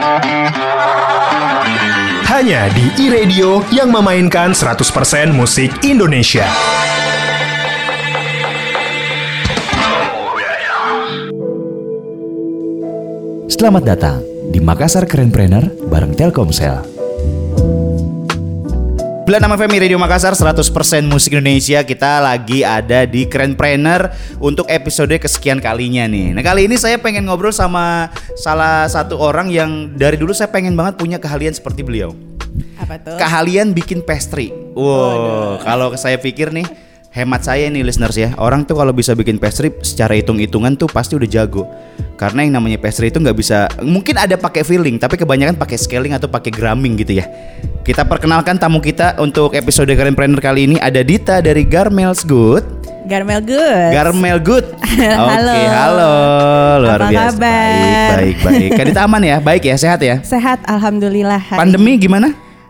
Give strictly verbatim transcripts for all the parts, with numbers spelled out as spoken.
Hanya di iRadio yang memainkan seratus persen musik Indonesia. Selamat datang di Makassar Kerenpreneur bareng Telkomsel. Bulan enam F M Radio Makassar seratus persen musik Indonesia. Kita lagi ada di Kerenpreneur untuk episode kesekian kalinya nih. Nah, kali ini saya pengen ngobrol sama salah satu orang yang dari dulu saya pengen banget punya keahlian seperti beliau. Apa tuh? Keahlian bikin pastry. Wow, oh, kalau saya pikir nih, hemat saya nih listeners ya, orang tuh kalau bisa bikin pastry secara hitung-hitungan tuh pasti udah jago. Karena yang namanya pastry itu nggak bisa, mungkin ada pakai filling, tapi kebanyakan pakai scaling atau pakai gramming gitu ya. Kita perkenalkan tamu kita untuk episode Kerenpreneur kali ini, ada Dita dari Garmel's Good. Garmel Good. Garmel Good. Oke, halo. okay, halo. Luar Apa biasa. kabar? Baik, baik, baik. Kan Dita aman ya? Baik ya, sehat ya? Sehat, alhamdulillah. Hari Pandemi gimana?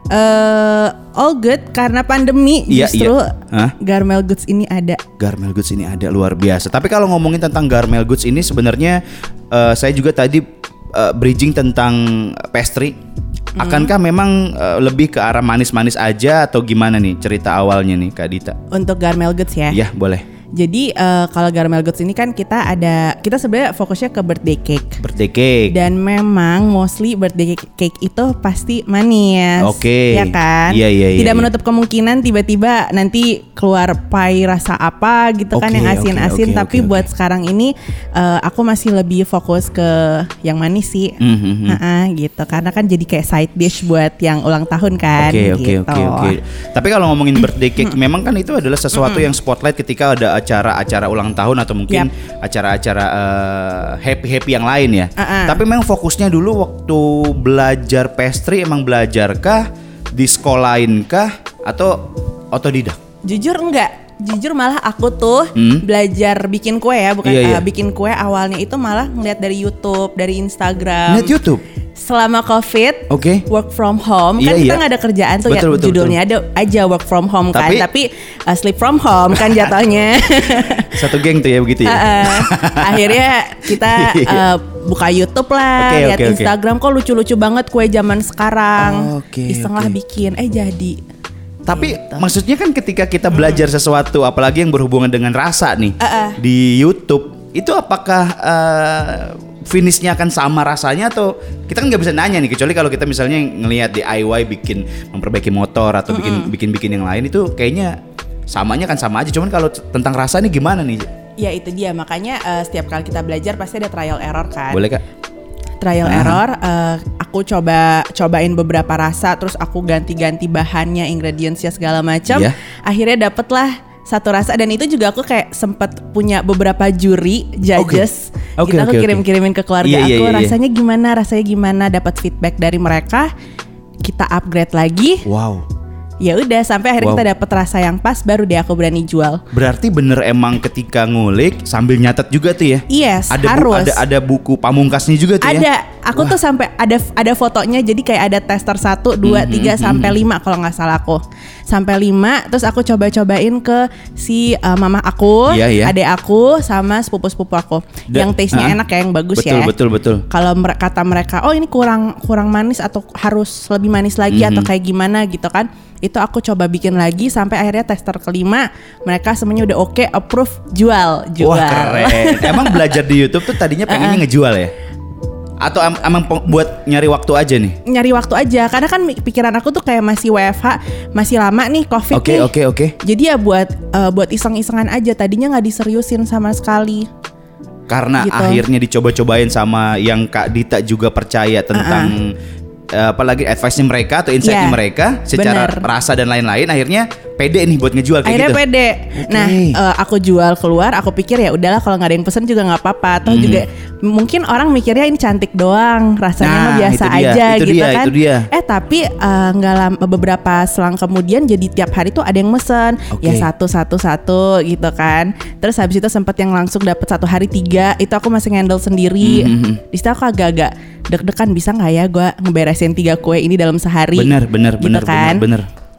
Uh, all good karena pandemi iya, justru iya. Garmel Goods ini ada. Garmel Goods ini ada, luar biasa. Tapi kalau ngomongin tentang Garmel Goods ini sebenarnya uh, saya juga tadi uh, bridging tentang pastry. Hmm. Akankah memang uh, lebih ke arah manis-manis aja atau gimana nih cerita awalnya nih Kak Dita? Untuk Garmel Goods ya? Iya, boleh. Jadi uh, kalau Garmel Goods ini kan kita ada, kita sebenarnya fokusnya ke birthday cake. Birthday cake. Dan memang mostly birthday cake itu pasti manis. Oke. Ya kan? Iya, iya, iya. Tidak menutup kemungkinan tiba-tiba nanti keluar pie rasa apa gitu kan, okay, yang asin-asin. okay, okay, Tapi okay, buat okay. sekarang ini uh, aku masih lebih fokus ke yang manis sih. Mm-hmm. Uh-uh, gitu. Karena kan jadi kayak side dish buat yang ulang tahun kan. Oke, oke, gitu. oke, oke. Tapi kalau ngomongin birthday cake, memang kan itu adalah sesuatu yang spotlight ketika ada acara-acara ulang tahun atau mungkin yep. acara-acara uh, happy-happy yang lain ya. Uh-uh. Tapi memang fokusnya dulu waktu belajar pastry emang belajarkah, di sekolahinkah atau otodidak? Jujur enggak. Jujur malah aku tuh hmm? belajar bikin kue ya, bukan iya, iya. Uh, bikin kue awalnya itu malah ngeliat dari YouTube, dari Instagram. Lihat YouTube? Selama COVID, okay. work from home, iya, kan kita iya. nggak ada kerjaan tuh, betul, ya betul, judulnya betul. ada aja work from home kan, tapi, tapi uh, sleep from home kan jatuhnya. Satu geng tuh ya begitu ya. Uh, uh, akhirnya kita uh, buka YouTube lah, okay, lihat okay, Instagram, okay. kok lucu-lucu banget kue zaman sekarang, oh, okay, iseng lah okay. bikin, eh jadi. Tapi gitu. maksudnya kan ketika kita belajar sesuatu, apalagi yang berhubungan dengan rasa nih, uh, uh. di YouTube, itu apakah uh, finishnya akan sama rasanya atau kita kan nggak bisa nanya nih, kecuali kalau kita misalnya ngelihat D I Y bikin memperbaiki motor atau bikin bikin bikin yang lain, itu kayaknya samanya kan sama aja. Cuman kalau tentang rasa nih gimana nih? Ya itu dia, makanya uh, setiap kali kita belajar pasti ada trial error kan. Boleh Kak? Trial uh-huh. error, uh, aku coba cobain beberapa rasa, terus aku ganti-ganti bahannya, ingredientsnya segala macam. Yeah. Akhirnya dapet lah satu rasa, dan itu juga aku kayak sempet punya beberapa juri judges. Okay. Okay, gitu okay, aku kirim-kirimin ke keluarga yeah, aku, yeah, yeah, rasanya gimana, rasanya gimana, dapat feedback dari mereka, kita upgrade lagi. Wow. Ya udah sampai akhirnya wow. kita dapet rasa yang pas, baru deh aku berani jual. Berarti bener emang ketika ngulik sambil nyatet juga tuh ya? Yes, ada harus. Bu, ada ada buku pamungkasnya juga tuh ada. ya? Ada. Aku Wah. tuh sampai ada ada fotonya, jadi kayak ada tester satu, dua, mm-hmm, tiga sampai mm-hmm. lima kalau nggak salah aku. Sampai lima, terus aku coba-cobain ke si uh, mama aku, yeah, yeah. adek aku, sama sepupu-sepupu aku. Da- yang taste-nya uh-huh. enak ya, yang bagus betul, ya. Betul, betul, betul. Kalau mer- kata mereka, oh ini kurang kurang manis atau harus lebih manis lagi mm-hmm. atau kayak gimana gitu kan. Itu aku coba bikin lagi sampai akhirnya tester kelima, mereka semuanya udah oke, okay, approve, jual, jual. Wah keren. Emang belajar di YouTube tuh tadinya pengennya uh-uh. ngejual ya? Atau em- emang buat nyari waktu aja nih? Nyari waktu aja, karena kan pikiran aku tuh kayak masih W F H, masih lama nih COVID okay, nih. Oke okay, oke okay. Jadi ya buat uh, buat iseng-isengan aja, tadinya nggak diseriusin sama sekali. Karena gitu. Akhirnya dicoba-cobain sama yang Kak Dita juga percaya tentang uh-uh. apalagi advice-nya mereka atau insight-nya yeah, mereka secara bener. Rasa dan lain-lain, akhirnya pede nih buat ngejual kayak akhirnya gitu. Akhirnya pede. Okay. Nah, uh, aku jual keluar, aku pikir ya udahlah kalau nggak ada yang pesen juga nggak apa-apa. Atau mm. juga mungkin orang mikirnya ini cantik doang, rasanya nah, mah biasa itu dia, aja itu gitu dia, kan. Itu dia. Eh tapi nggak uh, lama, beberapa selang kemudian jadi tiap hari tuh ada yang mesen, okay. ya satu satu satu gitu kan. Terus habis itu sempet yang langsung dapat satu hari tiga, itu aku masih handle sendiri. Mm-hmm. Di situ aku agak-agak deg-degan, bisa nggak ya gue ngeberesin tiga kue ini dalam sehari. Bener bener gitu bener kan? bener bener.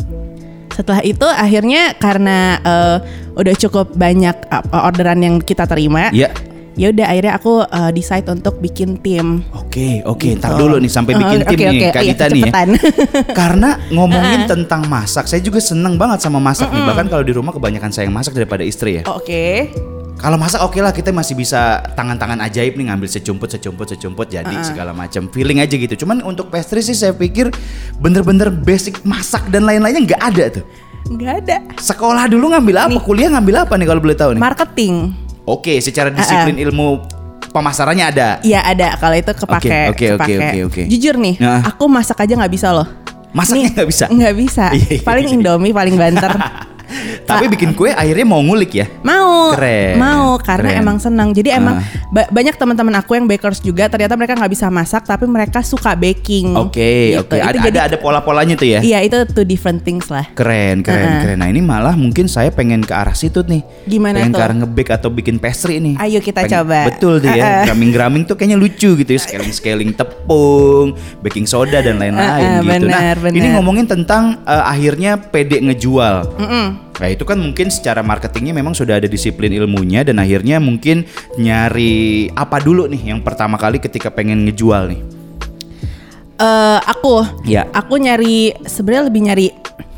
Setelah itu akhirnya karena uh, udah cukup banyak uh, orderan yang kita terima, yeah. ya udah akhirnya aku uh, decide untuk bikin tim. Oke, oke, Gitu. ntar dulu nih sampai bikin Oh, tim oke, nih oke. Kak Iya, Dita nih ya. kecepatan. Karena ngomongin tentang masak, saya juga seneng banget sama masak nih. Bahkan kalau di rumah kebanyakan saya yang masak daripada istri ya. Oke. Kalau masak oke lah, kita masih bisa tangan-tangan ajaib nih, ngambil secumput secumput secumput jadi Uh-uh. segala macam feeling aja gitu. Cuman untuk pastry sih saya pikir bener-bener basic masak dan lain-lainnya nggak ada tuh. Nggak ada. Sekolah dulu ngambil apa? Nih. Kuliah ngambil apa nih kalau boleh tahu nih? Marketing. Oke, secara disiplin ilmu pemasarannya ada. Iya ada, kalau itu kepake. Oke, oke, oke, kepake. oke, oke. Jujur nih, Nah. aku masak aja nggak bisa loh. Masaknya Nih, nggak bisa? Nggak bisa. Iya, iya, Paling iya. Indomie, paling banter. Tapi bikin kue akhirnya mau ngulik ya? Mau, Keren, mau karena keren. emang senang. Jadi emang Ah. ba- banyak teman-teman aku yang bakers juga. Ternyata mereka nggak bisa masak, tapi mereka suka baking. Oke, Gitu. oke. Itu Ada, jadi- ada ada pola-polanya tuh ya? Iya itu two different things lah. Keren, keren, Uh-uh. keren. Nah ini malah mungkin saya pengen ke arah situ nih. Gimana pengen tuh? ke arah nge-bake atau bikin pastry nih. Ayo kita Pengen- coba. Betul tuh ya. Uh-uh. Graming-graming tuh kayaknya lucu gitu ya. Scaling-scaling tepung, baking soda dan lain-lain Uh-uh, gitu. benar, nah benar. ini ngomongin tentang uh, akhirnya pede ngejual. Mm-mm. Nah itu kan mungkin secara marketingnya memang sudah ada disiplin ilmunya dan akhirnya mungkin nyari apa dulu nih yang pertama kali ketika pengen ngejual nih. Eh, aku, Ya. aku nyari sebenarnya lebih nyari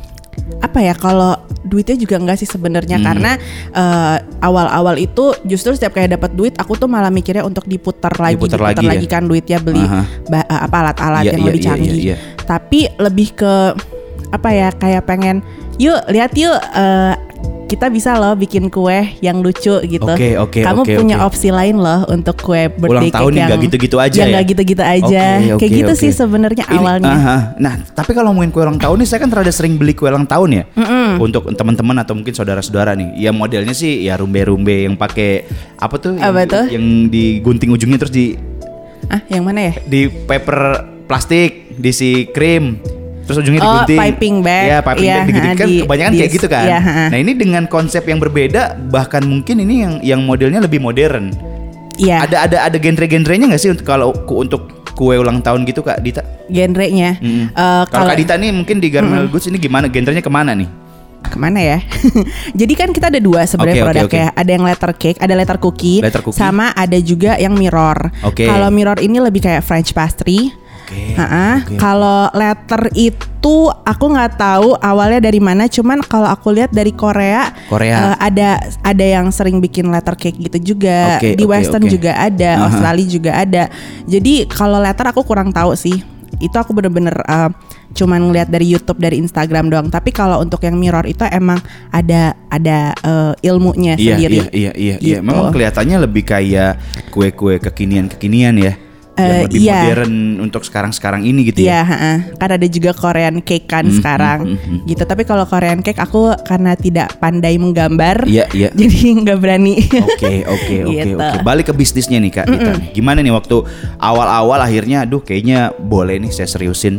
apa ya kalau duitnya juga enggak sih sebenarnya Hmm. karena eh, awal-awal itu justru setiap kayak dapat duit aku tuh malah mikirnya untuk diputar lagi, Diputar diputar lagi lagi, ya? kan duitnya beli Aha. ba- eh, apa alat-alat Iya, yang iya, lebih iya, canggih. iya, iya. Tapi lebih ke apa ya kayak pengen yuk lihat yuk eh, kita bisa loh bikin kue yang lucu gitu. Oke, oke, Kamu oke, punya oke. opsi lain loh untuk kue birthday Ulang tahun cake yang yang nggak gitu-gitu aja yang ya? nggak gitu-gitu aja. Oke, oke, Kayak gitu oke. sih sebenarnya Ini, awalnya. aha. Nah, tapi kalau ngomongin kue ulang tahun nih, saya kan rada sering beli kue ulang tahun ya. Untuk teman-teman atau mungkin saudara-saudara nih. Ya modelnya sih ya rumbe-rumbe yang pakai apa tuh? Apa yang, tuh? Yang digunting ujungnya terus di Ah, yang mana ya? di paper plastik, diisi krim. Terus ujungnya Oh, digunting. piping bag. Iya, piping Iya, bag digunting kan di- kebanyakan di- kayak gitu kan. iya, ha. Nah, ini dengan konsep yang berbeda, bahkan mungkin ini yang yang modelnya lebih modern. Iya. Ada ada ada genre-genrenya nggak sih untuk kalau ku- untuk kue ulang tahun gitu Kak Dita? Genrenya. Mm-mm. Eh, Kalau Kak Dita nih mungkin di Garmel Goods ini gimana? Genrenya kemana nih? kemana ya? Jadi kan kita ada dua sebenarnya Oke, oke, produknya. oke. Ada yang letter cake, ada letter cookie, Letter cookie. sama ada juga yang mirror. Oke. Kalau mirror ini lebih kayak French pastry. Oke. Ha-ha. oke. Kalau letter itu aku nggak tahu awalnya dari mana. Cuman kalau aku lihat dari Korea, Korea. eh, ada ada yang sering bikin letter cake gitu juga. Oke, Di oke, Western oke. juga ada, Aha. Australia juga ada. Jadi kalau letter aku kurang tahu sih. Itu aku bener-bener eh, cuman ngeliat dari YouTube, dari Instagram doang. Tapi kalau untuk yang mirror itu emang ada ada eh, ilmunya Iya, sendiri. iya, iya, iya, iya. Gitu. Memang kelihatannya lebih kayak kue-kue kekinian-kekinian ya. Yang Eh, lebih iya. modern untuk sekarang-sekarang ini gitu Iya, ya. ha-ha. Kan ada juga Korean cake kan Hmm, sekarang, hmm, hmm, hmm. gitu. Tapi kalau Korean cake aku karena tidak pandai menggambar, Iya, iya. jadi nggak berani. Oke, oke, oke, Gitu. oke. Balik ke bisnisnya nih Kak Dita. nih. Gimana nih waktu awal-awal akhirnya, aduh kayaknya boleh nih saya seriusin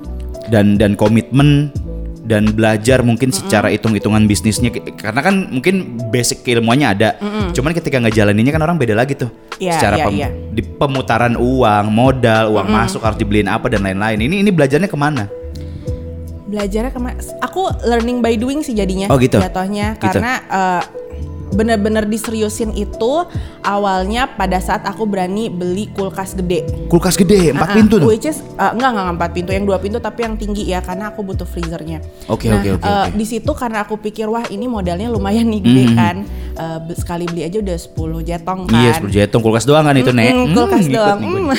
dan dan komitmen dan belajar mungkin secara hitung-hitungan bisnisnya karena kan mungkin basic keilmuannya ada. Cuman ketika nggak jalaninnya kan orang beda lagi tuh. Iya, secara iya, pem- iya. di pemutaran uang, modal, uang masuk harus dibeliin apa dan lain-lain. Ini ini belajarnya kemana? Belajarnya kemana? Aku learning by doing sih jadinya. Oh, gitu. Jatuhnya Gitu. karena eh, bener-bener diseriusin itu awalnya pada saat aku berani beli kulkas gede. Kulkas gede, empat Uh-uh, pintu tuh. Which is uh, enggak enggak empat pintu, yang dua pintu tapi yang tinggi ya karena aku butuh freezernya. Oke, nah, oke, oke, uh, oke. di situ karena aku pikir wah ini modalnya lumayan nih gede Mhm. kan. Uh, be- sekali beli aja udah sepuluh jetong kan. Iya, sepuluh jetong kulkas doang kan itu, Nek. Mm-mm, kulkas Hmm, doang. ikut nih gue. Mm.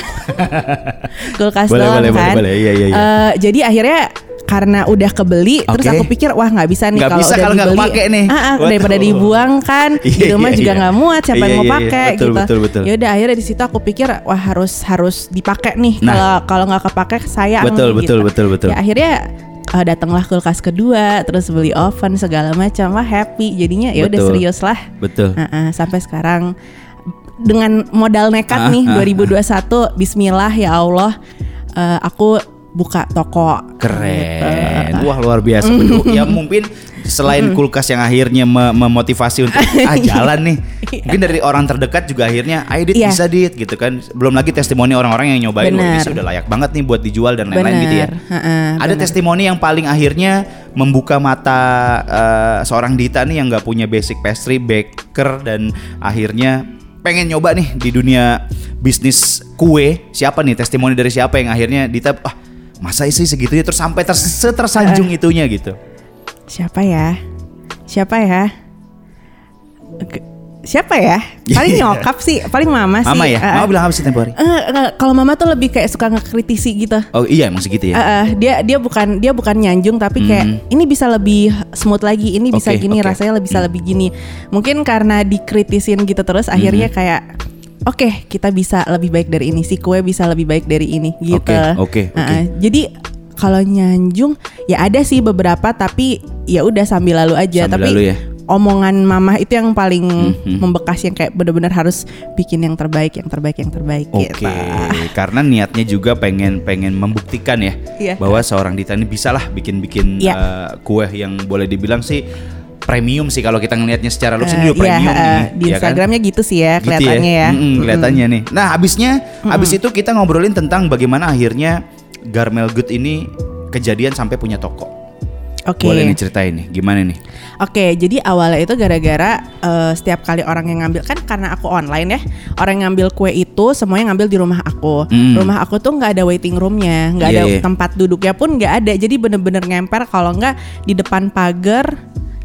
kulkas Boleh, doang boleh, boleh, kan. boleh. Iya, iya, iya. Uh, jadi akhirnya karena udah kebeli terus Oke. aku pikir wah nggak bisa nih Nggak kalau bisa udah kalau nggak dibeli. kepake nih. Ah, ah, Waduh. daripada dibuang kan di Iya, rumah iya, juga iya. nggak muat siapa Iya, yang mau iya, iya. pakai Betul, gitu. betul, betul. Ya udah akhirnya di situ aku pikir wah harus harus dipakai nih Nah. kalau kalau nggak kepake sayang. Betul, gitu. betul, betul, betul. Ya akhirnya uh, datanglah kulkas kedua terus beli oven segala macam wah happy jadinya ya udah Betul. serius lah. Betul. Ah, ah, sampai sekarang dengan modal nekat Ah, nih ah, dua ribu dua puluh satu Bismillah ya Allah uh, aku buka toko. Keren. Wah, luar biasa. Ya mungkin selain kulkas yang akhirnya me- memotivasi untuk ah jalan nih. Mungkin dari orang terdekat juga akhirnya ayo Dit Iya. bisa Dit gitu kan. Belum lagi testimoni orang-orang yang nyobain wah ini Benar. sih udah layak banget nih buat dijual dan lain-lain gitu ya. Benar. Ha-ha, Ada benar. testimoni yang paling akhirnya membuka mata eh, seorang Dita nih yang nggak punya basic pastry baker dan akhirnya pengen nyoba nih di dunia bisnis kue, siapa nih testimoni dari siapa yang akhirnya Dita ah masa sih segitunya terus sampai ter- setersanjung itunya gitu. Siapa ya? Siapa ya? Siapa ya? Paling nyokap sih, paling mama sih. Mama ya? Uh, Mama bilang apa sih tempo hari? Uh, kalau mama tuh lebih kayak suka ngekritisi gitu. Oh iya emang segitu ya? Uh, uh, dia dia bukan dia bukan nyanjung tapi kayak hmm. ini bisa lebih smooth lagi, ini bisa okay, gini, okay. rasanya bisa hmm. lebih gini. Mungkin karena dikritisin gitu terus akhirnya hmm. kayak oke okay, kita bisa lebih baik dari ini, si kue bisa lebih baik dari ini gitu. Oke okay, oke. Okay, okay. uh, Jadi kalau nyanjung ya ada sih beberapa tapi ya udah sambil lalu aja. Sambil tapi lalu ya? Omongan mama itu yang paling mm-hmm. membekas, yang kayak benar-benar harus bikin yang terbaik, yang terbaik, yang terbaik. Oke, okay. Karena niatnya juga pengen pengen membuktikan ya yeah. bahwa seorang Dita ini bisa lah bikin-bikin yeah. uh, kue yang boleh dibilang sih premium sih kalau kita ngelihatnya secara look uh, juga premium yeah, nih. Uh, di Instagramnya kan? Gitu sih ya kelihatannya gitu ya. ya. Mm-mm, kelihatannya mm-hmm. nih. Nah abisnya, mm-hmm. abis itu kita ngobrolin tentang bagaimana akhirnya Garmel Good ini kejadian sampai punya toko. Oke. Okay. Boleh nih ceritain nih, gimana nih? Oke, okay, jadi awalnya itu gara-gara uh, setiap kali orang yang ngambil, kan karena aku online ya, orang yang ngambil kue itu semuanya ngambil di rumah aku. Mm. Rumah aku tuh nggak ada waiting roomnya, nggak yeah, ada yeah. tempat duduknya pun nggak ada. Jadi bener-bener ngemper, kalau nggak di depan pagar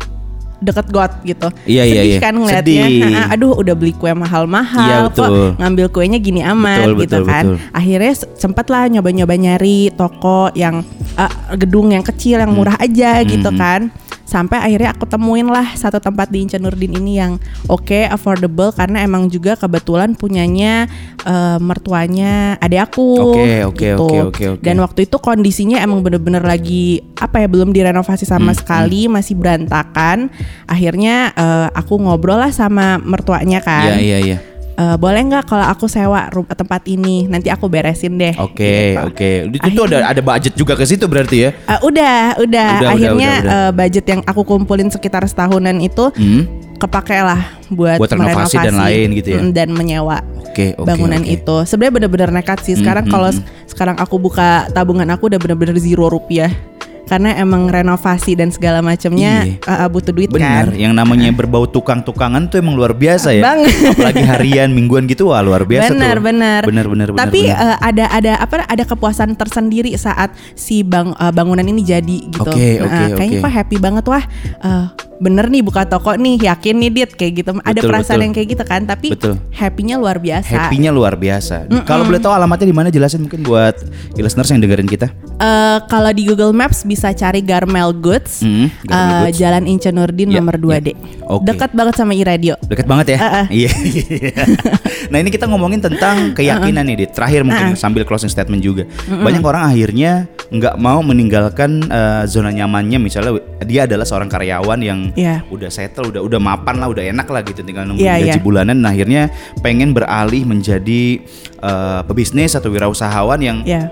deket got gitu. Iya, sedih iya, iya. kan ngeliatnya. Aduh udah beli kue mahal-mahal, iya, kok ngambil kuenya gini amat betul, gitu betul, kan. Betul. Akhirnya sempet lah nyoba-nyoba nyari toko yang uh, gedung yang kecil yang murah hmm. aja gitu hmm. kan. Sampai akhirnya aku temuin lah satu tempat di Inca Nurdin ini yang oke, okay, affordable, karena emang juga kebetulan punyanya uh, mertuanya adik aku. Oke, oke, oke, oke. Dan waktu itu kondisinya emang bener-bener lagi apa ya, belum direnovasi sama hmm, sekali, hmm. masih berantakan. Akhirnya uh, aku ngobrol lah sama mertuanya kan. Iya, iya, iya. Uh, boleh nggak kalau aku sewa rumah tempat ini, nanti aku beresin deh. Oke, gitu. Oke. Okay. Itu ada ada budget juga ke situ berarti ya? Uh, udah, udah, udah. Akhirnya udah, udah, udah. Uh, budget yang aku kumpulin sekitar setahunan itu hmm. kepake lah buat, buat renovasi dan lain gitu ya. Dan menyewa okay, okay, bangunan okay. itu. Sebenarnya benar-benar nekat sih. Sekarang hmm, kalau hmm. sekarang aku buka tabungan aku udah benar-benar zero rupiah. Karena emang renovasi dan segala macamnya uh, butuh duit. Bener, kan. Yang namanya berbau tukang-tukangan tuh emang luar biasa ya. Bang. Apalagi harian, mingguan gitu, wah luar biasa bener, tuh. Bener, bener. Bener, bener. Tapi bener. Uh, ada ada apa? Ada kepuasan tersendiri saat si bang uh, bangunan ini jadi gitu. Oke, oke, uh, Kayaknya okay. kok happy banget wah. Uh, bener nih buka toko nih, yakin nih Dit kayak gitu. Ada betul, perasaan betul. Yang kayak gitu kan, tapi betul. Happy-nya luar biasa. Happy-nya luar biasa. Kalau boleh tahu alamatnya di mana, jelasin mungkin buat listeners yang dengerin kita. Uh, kalau di Google Maps bisa cari Garmel Goods, mm, Garmel uh, Goods. Jalan Inca Nurdin yeah, nomor dua D. Yeah. Okay. Dekat banget sama iRadio. Dekat banget ya. Iya. Uh, uh. Nah ini kita ngomongin tentang keyakinan uh, uh. nih, Dit. Terakhir mungkin uh, uh. sambil closing statement juga. Uh, uh. Banyak orang akhirnya nggak mau meninggalkan uh, zona nyamannya. Misalnya dia adalah seorang karyawan yang yeah. udah settle, udah udah mapan lah, udah enak lah gitu, tinggal nunggu yeah, gaji yeah. bulanan. Nah akhirnya pengen beralih menjadi uh, pebisnis atau wirausahawan yang yeah.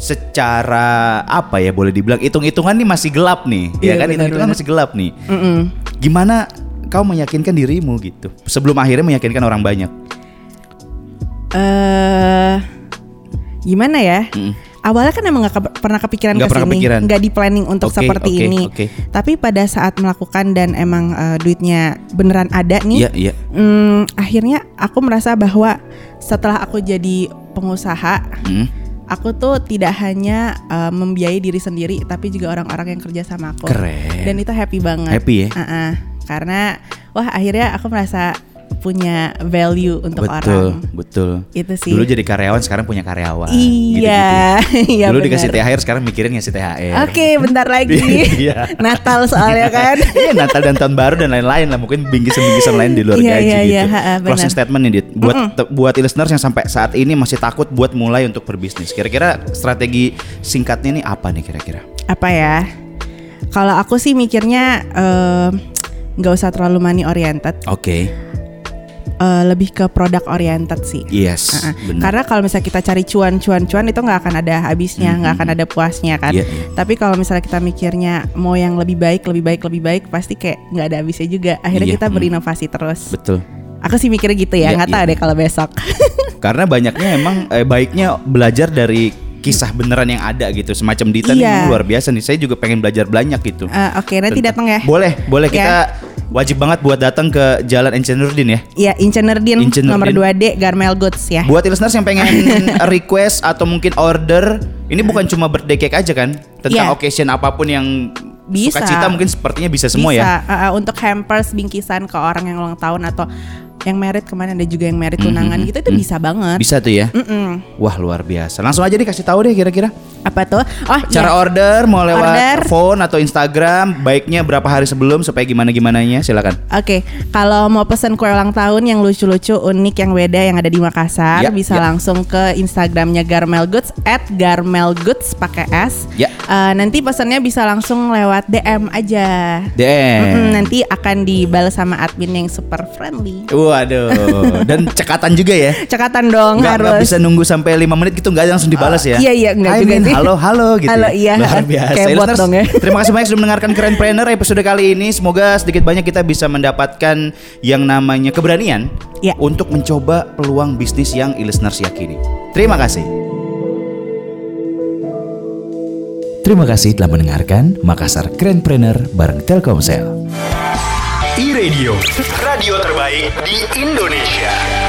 secara apa ya boleh dibilang hitung-hitungan nih masih gelap nih, yeah, ya kan, hitung-hitungan masih gelap nih. Mm-mm. Gimana kau meyakinkan dirimu gitu sebelum akhirnya meyakinkan orang banyak? Uh, gimana ya? Mm. Awalnya kan emang gak ke- pernah kepikiran gak kesini, kepikiran. Gak di planning untuk okay, seperti okay, ini. Okay. Tapi pada saat melakukan dan emang uh, duitnya beneran ada nih, yeah, yeah. Um, akhirnya aku merasa bahwa setelah aku jadi pengusaha, mm. aku tuh tidak hanya uh, membiayai diri sendiri, tapi juga orang-orang yang kerja sama aku. Keren. Dan itu happy banget. Happy ya? Uh-uh. Karena wah akhirnya aku merasa punya value untuk betul, orang. Betul, betul. Itu sih. Dulu jadi karyawan, sekarang punya karyawan. Iya, gitu-gitu. iya. Dulu bener. dikasih T H R, sekarang mikirin ngasih T H R. Oke, okay, bentar lagi. Natal soalnya kan. Iya, Natal dan tahun baru dan lain-lain lah. Mungkin bingkisan-bingkisan lain di luar iya, gaji iya, gitu. Iya, ha, closing statement nih, Dit. Buat te- buat listeners yang sampai saat ini masih takut buat mulai untuk berbisnis. Kira-kira strategi singkatnya nih apa nih kira-kira? Apa ya? Kalau aku sih mikirnya nggak uh, usah terlalu money oriented. Oke. Okay. Uh, lebih ke produk oriented sih. Yes. Uh-uh. Karena kalau misalnya kita cari cuan-cuan-cuan itu nggak akan ada habisnya, nggak mm-hmm. akan ada puasnya kan. Yeah, yeah. Tapi kalau misalnya kita mikirnya mau yang lebih baik, lebih baik, lebih baik, pasti kayak nggak ada habisnya juga. Akhirnya yeah. kita berinovasi terus. Betul. Aku sih mikirnya gitu ya, nggak yeah, tahu yeah. deh kalau besok. Karena banyaknya emang eh, baiknya belajar dari kisah beneran yang ada gitu. Semacam Dita yeah. nih luar biasa nih. Saya juga pengen belajar banyak gitu. Uh, Oke, okay, nanti datang ya. Boleh, boleh yeah. kita wajib banget buat datang ke Jalan Incenurdin ya. Iya, Incenurdin Incenurdin. nomor dua D Garmel Goods ya. Buat listeners yang pengen request atau mungkin order, ini bukan cuma birthday cake aja kan? Tentang Iya. occasion apapun yang Bisa. sukacita mungkin sepertinya bisa semua Bisa, ya. uh, uh, untuk hampers, bingkisan ke orang yang ulang tahun atau yang merit, kemarin ada juga yang merit tunangan Mhm, gitu, itu mhm. bisa banget. Bisa tuh ya. Mm-mm. Wah, luar biasa. Langsung aja deh kasih tahu deh kira-kira. Apa tuh? Oh, Cara iya. order mau lewat Order. phone atau Instagram, baiknya berapa hari sebelum supaya gimana-gimananya, silakan. Oke, kalau mau pesen kue ulang tahun yang lucu-lucu, unik, yang beda yang ada di Makassar, Ya, bisa ya. langsung ke Instagramnya Garmel Goods at Garmel Goods pakai S. Ya. Uh, nanti pesannya bisa langsung lewat D M aja. D M. Mm-mm, nanti akan dibalas sama admin yang super friendly. Waduh, dan cekatan juga ya. Cekatan dong, Nggak, harus. nggak bisa nunggu sampai lima menit gitu, nggak langsung dibalas ya. Iya, iya, nggak Hai, juga Min, sih. halo halo gitu. Halo, ya. iya. Luar biasa. Kayak bot Listeners, dong ya. Terima kasih banyak sudah mendengarkan Kerenpreneur episode kali ini. Semoga sedikit banyak kita bisa mendapatkan yang namanya keberanian Ya. untuk mencoba peluang bisnis yang listeners yakini. Terima kasih. Terima kasih telah mendengarkan Makassar Kerenpreneur bareng Telkomsel. iRadio, radio terbaik di Indonesia.